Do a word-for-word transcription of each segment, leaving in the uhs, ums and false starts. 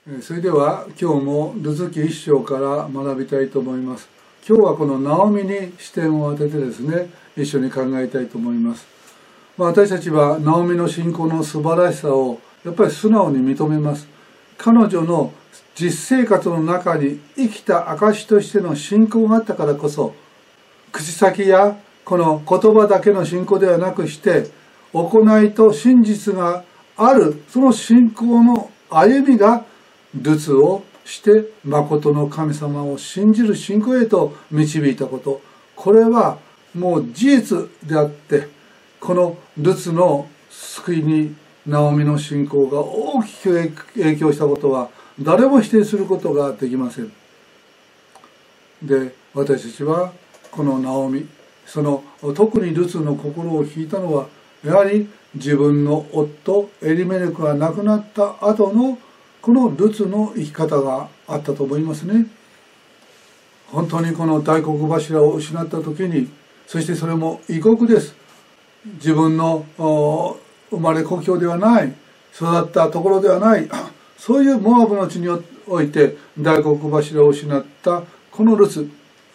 それでは今日もルツ記一章から学びたいと思います。今日はこのナオミに視点を当ててですね、一緒に考えたいと思います。まあ、私たちはナオミの信仰の素晴らしさをやっぱり素直に認めます。彼女の実生活の中に生きた証としての信仰があったからこそ、口先やこの言葉だけの信仰ではなくして、行いと真実があるその信仰の歩みがルツをして誠の神様を信じる信仰へと導いたこと、これはもう事実であって、このルツの救いにナオミの信仰が大きく影響したことは誰も否定することができません。で、私たちはこのナオミ、その特にルツの心を引いたのは、やはり自分の夫エリメレクが亡くなった後のこのルツの生き方があったと思いますね。本当にこの大黒柱を失った時に、そしてそれも異国です。自分の生まれ故郷ではない、育ったところではない、そういうモアブの地において大黒柱を失ったこのルツ、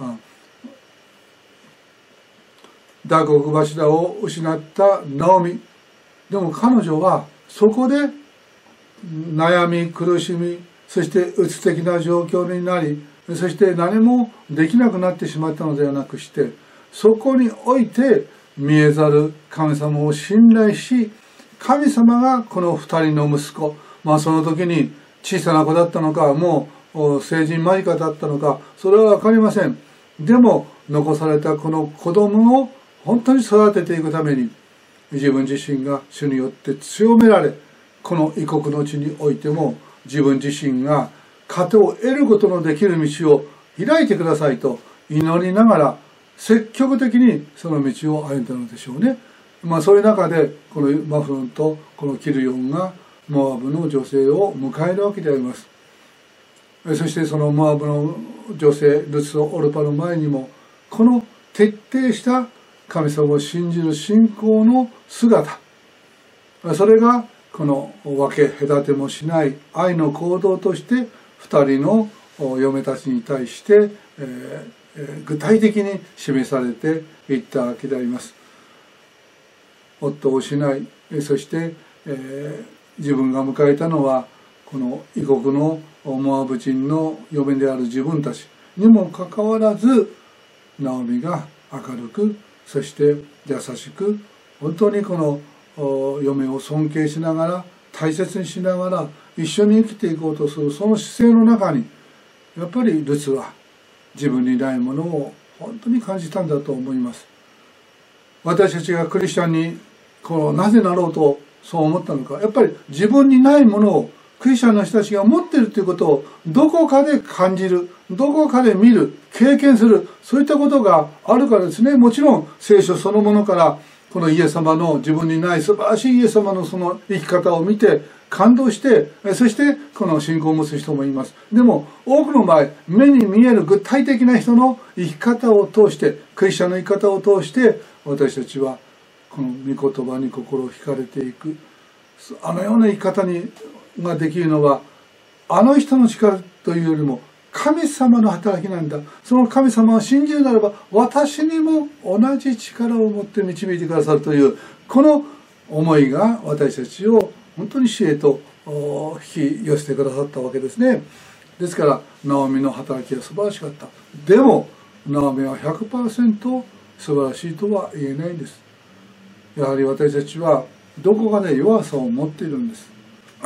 大黒柱を失ったナオミ、でも彼女はそこで悩み苦しみ、そしてうつ的な状況になり、そして何もできなくなってしまったのではなくして、そこにおいて見えざる神様を信頼し、神様がこの二人の息子、まあその時に小さな子だったのか、もう成人間近だったのか、それは分かりません。でも残されたこの子供を本当に育てていくために、自分自身が主によって強められ、この異国の地においても自分自身が糧を得ることのできる道を開いてくださいと祈りながら積極的にその道を歩んだのでしょうね。まあそういう中でこのマフロンとこのキルヨンがモアブの女性を迎えるわけであります。そしてそのモアブの女性ルツとオルパの前にもこの徹底した神様を信じる信仰の姿、それがこの分け隔てもしない愛の行動として二人の嫁たちに対して、えー、具体的に示されていったわけであります。夫を失い、そして、えー、自分が迎えたのはこの異国のモアブ人の嫁である自分たちにもかかわらず、ナオミが明るく、そして優しく、本当にこの嫁を尊敬しながら大切にしながら一緒に生きていこうとするその姿勢の中に、やっぱりルツは自分にないものを本当に感じたんだと思います。私たちがクリスチャンにこのなぜなろうとそう思ったのか、やっぱり自分にないものをクリスチャンの人たちが持っているということをどこかで感じる、どこかで見る、経験する、そういったことがあるからですね。もちろん聖書そのものからこのイエス様の自分にない素晴らしいイエス様のその生き方を見て感動して、そしてこの信仰を持つ人もいます。でも多くの場合、目に見える具体的な人の生き方を通して、クリスチャンの生き方を通して私たちはこの御言葉に心を惹かれていく。あのような生き方にができるのはあの人の力というよりも神様の働きなんだ。その神様を信じるならば私にも同じ力を持って導いてくださるというこの思いが私たちを本当に死へと引き寄せてくださったわけですね。ですからナオミの働きは素晴らしかった。でもナオミは ひゃくパーセント 素晴らしいとは言えないんです。やはり私たちはどこかで弱さを持っているんです。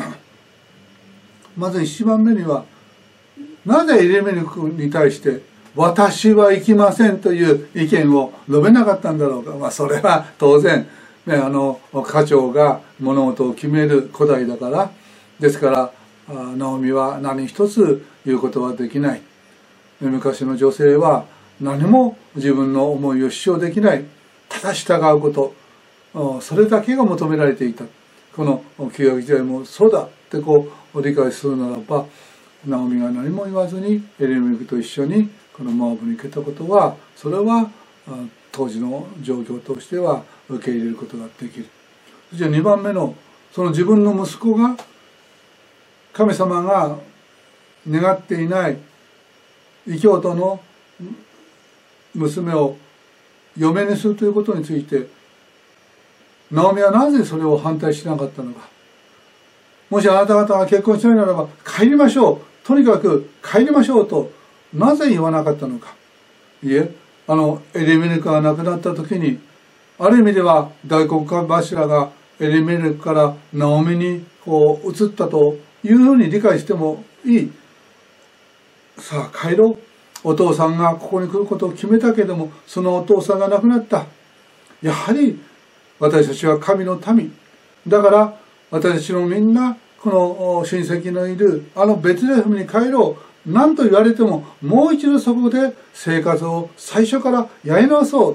まず一番目には、なぜエリメレクに対して私は行きませんという意見を述べなかったんだろうか。まあそれは当然、ね、あの家長が物事を決める古代だから、ですからナオミは何一つ言うことはできない。昔の女性は何も自分の思いを主張できない、ただ従うこと、それだけが求められていた。この旧約時代もそうだってこう理解するならば、ナオミが何も言わずにエリメレクと一緒にこのモアブに行けたことは、それは当時の状況としては受け入れることができる。そしてにばんめの、その自分の息子が神様が願っていない異教徒の娘を嫁にするということについて、ナオミはなぜそれを反対しなかったのか。もしあなた方が結婚しないならば帰りましょう、とにかく帰りましょうとなぜ言わなかったのか。いえ、あのエリメレクが亡くなった時に、ある意味では大黒柱がエリメレクからナオミにこう移ったというふうに理解してもいい。さあ帰ろう、お父さんがここに来ることを決めたけれども、そのお父さんが亡くなった。やはり私たちは神の民だから、私たちのみんなこの親戚のいるあのベツレヘムに帰ろう、何と言われてももう一度そこで生活を最初からやり直そう、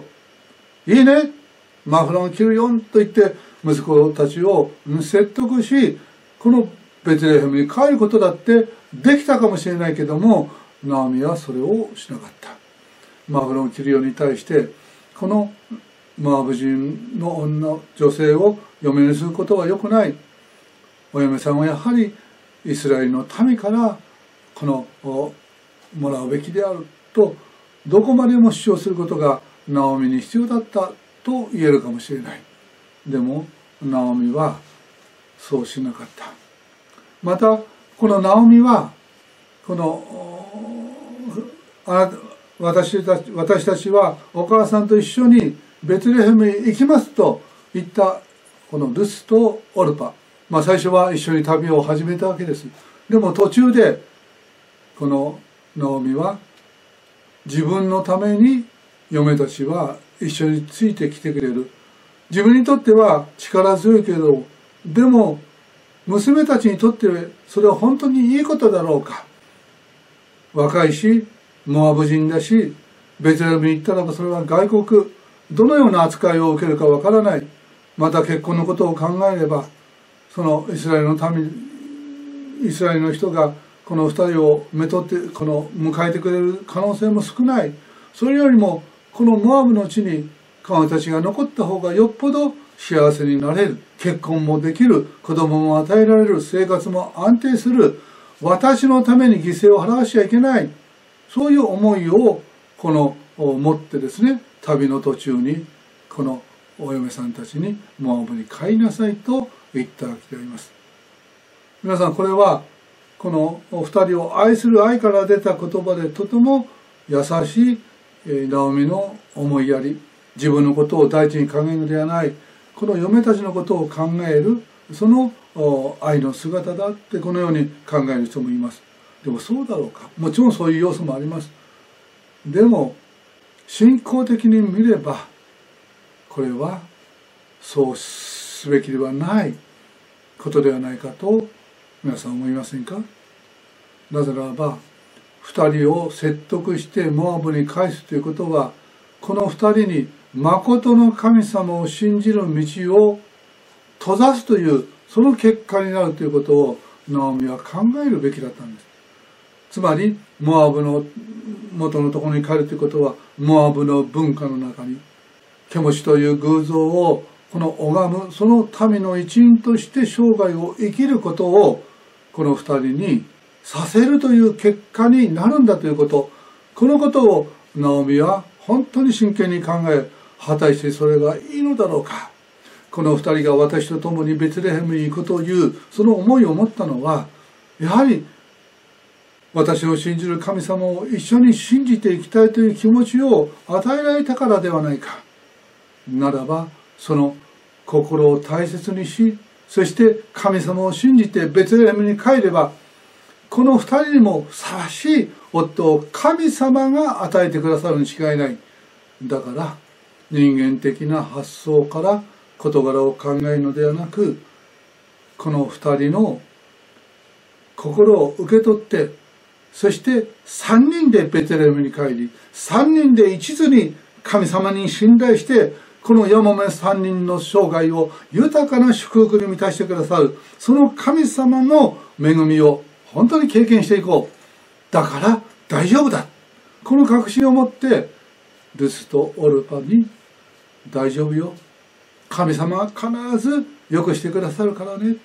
いいね、マフラーを着るよと言って息子たちを説得し、このベツレヘムに帰ることだってできたかもしれないけども、ナオミはそれをしなかった。マフラーを着るように対して、このモアブ人の女女性を嫁にすることは良くない。お嫁さんはやはりイスラエルの民からこのもらうべきであると、どこまでも主張することがナオミに必要だったと言えるかもしれない。でもナオミはそうしなかった。またこのナオミはこのあ私たち私たちはお母さんと一緒にベツレヘムへ行きますと言ったこのルスとオルパ、まあ最初は一緒に旅を始めたわけです。でも途中でこのナオミは自分のために嫁たちは一緒についてきてくれる。自分にとっては力強いけど、でも娘たちにとってそれは本当にいいことだろうか。若いしモアブ人だし、ベツレヘムに行ったらばそれは外国、どのような扱いを受けるかわからない。また結婚のことを考えれば、そのイスラエルの民、イスラエルの人がこの二人をめとってこの迎えてくれる可能性も少ない。それよりもこのモアブの地に彼女たちが残った方がよっぽど幸せになれる。結婚もできる、子供も与えられる、生活も安定する。私のために犠牲を払わしちゃいけない。そういう思いをこの持ってですね、旅の途中にこのお嫁さんたちにモアブに帰りなさいと言ったわけであります。皆さん、これはこのお二人を愛する愛から出た言葉でとても優しいナオミの思いやり、自分のことを第一に考えるのではない、この嫁たちのことを考えるその愛の姿だってこのように考える人もいます。でもそうだろうか。もちろんそういう要素もあります。でも信仰的に見ればこれはそうすべきではないことではないかと皆さん思いませんか。なぜならば二人を説得してモアブに返すということは、この二人に誠の神様を信じる道を閉ざすというその結果になるということをナオミは考えるべきだったんです。つまりモアブの元のところに帰るということは、モアブの文化の中にケモシという偶像をこの拝むその民の一員として生涯を生きることをこの二人にさせるという結果になるんだということ、このことをナオミは本当に真剣に考え、果たしてそれがいいのだろうか。この二人が私と共にベツレヘムに行くというその思いを持ったのは、やはり私を信じる神様を一緒に信じていきたいという気持ちを与えられたからではないか。ならばその心を大切にし、そして神様を信じてベツレヘムに帰れば、この二人にもふさわしい夫を神様が与えてくださるに違いない。だから人間的な発想から事柄を考えるのではなく、この二人の心を受け取って、そして三人でベツレヘムに帰り、三人で一途に神様に信頼して、このヤモメ三人の生涯を豊かな祝福に満たしてくださる、その神様の恵みを本当に経験していこう。だから大丈夫だ。この確信を持ってルスとオルパに、大丈夫よ、神様は必ず良くしてくださるからね、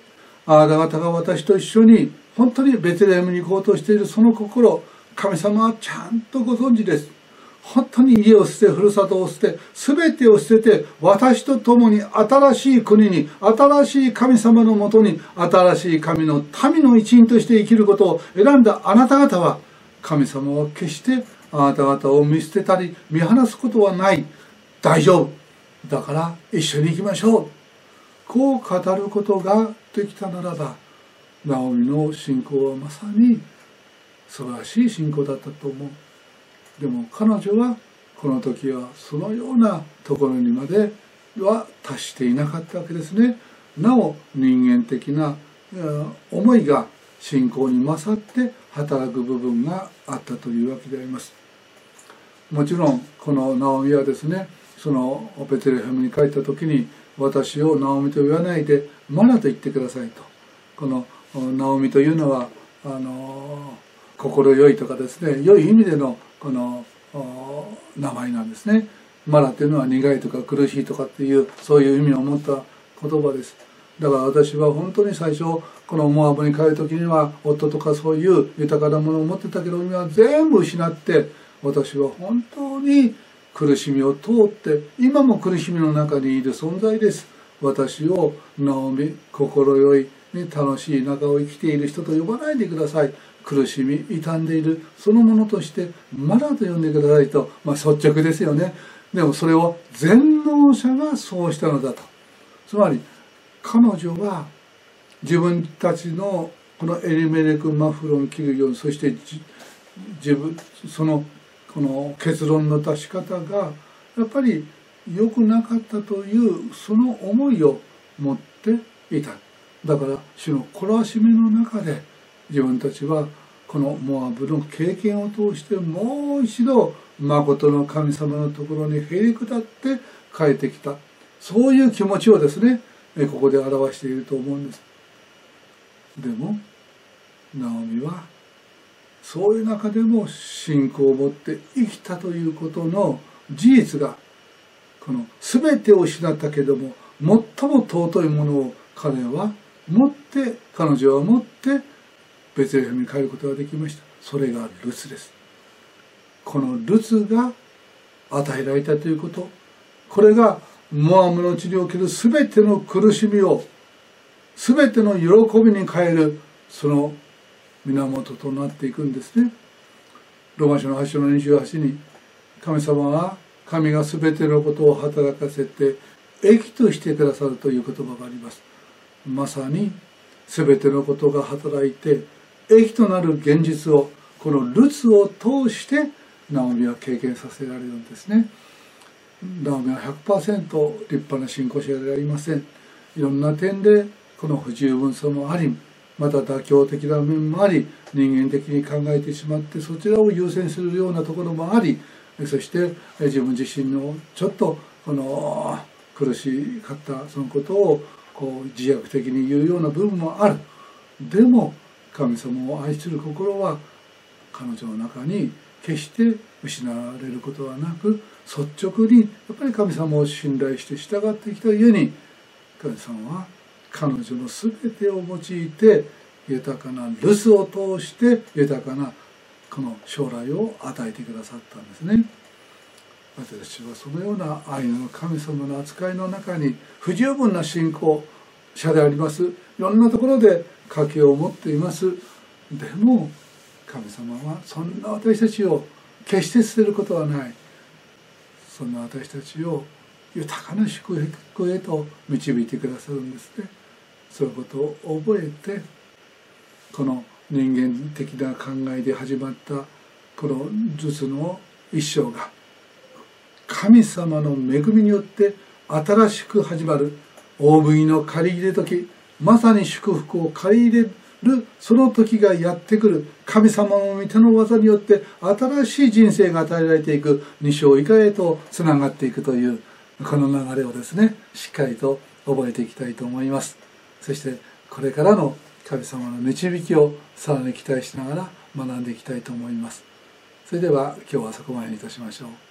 あなた方が私と一緒に本当にベツレヘムに行こうとしているその心、神様はちゃんとご存知です。本当に家を捨て、ふるさとを捨て、すべてを捨てて、私と共に新しい国に、新しい神様のもとに、新しい神の民の一員として生きることを選んだあなた方は、神様は決してあなた方を見捨てたり、見放すことはない。大丈夫。だから一緒に行きましょう。こう語ることができたならば、ナオミの信仰はまさに素晴らしい信仰だったと思う。でも彼女はこの時はそのようなところにまでは達していなかったわけですね。なお人間的な思いが信仰に勝って働く部分があったというわけであります。もちろんこのナオミはですね、そのベツレヘムに帰った時に、私をナオミと言わないでマナと言ってくださいと。このナオミというのはあの心よいとかですね、良い意味でのこの名前なんですね。マナというのは苦いとか苦しいとかっていうそういう意味を持った言葉です。だから私は本当に最初このモアブに帰る時には夫とかそういう豊かなものを持ってたけど、今は全部失って、私は本当に苦しみを通って今も苦しみの中にいる存在です。私をナオミ、心よいに楽しい中を生きている人と呼ばないでください。苦しみ傷んでいるそのものとしてマナと呼んでくださいと、まあ、率直ですよね。でもそれを全能者がそうしたのだと。つまり彼女は自分たちのこのエリメレク・マフロン・キルヨン、そして自分そのこの結論の出し方がやっぱり良くなかったというその思いを持っていた。だから主の懲らしめの中で自分たちはこのモアブの経験を通してもう一度誠の神様のところにへり下って帰ってきた、そういう気持ちをですねここで表していると思うんです。でもナオミはそういう中でも信仰を持って生きたということの事実が、この全てを失ったけども最も尊いものを彼は持って、彼女は持ってベツレヘムに帰ることができました。それがルツです。このルツが与えられたということ、これがモアブの地における全ての苦しみを全ての喜びに変えるその源となっていくんですね。ローマ書のはち章のにじゅうはちに、神様は神が全てのことを働かせて益としてくださるという言葉があります。まさに全てのことが働いて益となる現実をこのルツを通してナオミは経験させられるんですね。ナオミは ひゃくパーセント 立派な信仰者ではありません。いろんな点でこの不十分さもあり、また妥協的な面もあり、人間的に考えてしまってそちらを優先するようなところもあり、そして自分自身のちょっとこの苦しかったそのことをこう自虐的に言うような部分もある。でも神様を愛する心は彼女の中に決して失われることはなく、率直にやっぱり神様を信頼して従ってきたゆえに、神様は彼女の全てを用いて豊かなルツを通して豊かなこの将来を与えてくださったんですね。私はそのような愛の神様の扱いの中に不十分な信仰者であります。いろんなところで賭けを持っています。でも神様はそんな私たちを決して捨てることはない。そんな私たちを豊かな祝福へと導いてくださるんですね。そういうことを覚えて、この人間的な考えで始まったこのルツの一生が神様の恵みによって新しく始まる大麦の借り入れ時、まさに祝福を借り入れるその時がやってくる。神様の御手の技によって新しい人生が与えられていく、二章以下へとつながっていくというこの流れをですね、しっかりと覚えていきたいと思います。そしてこれからの神様の導きをさらに期待しながら学んでいきたいと思います。それでは今日はそこまでにいたしましょう。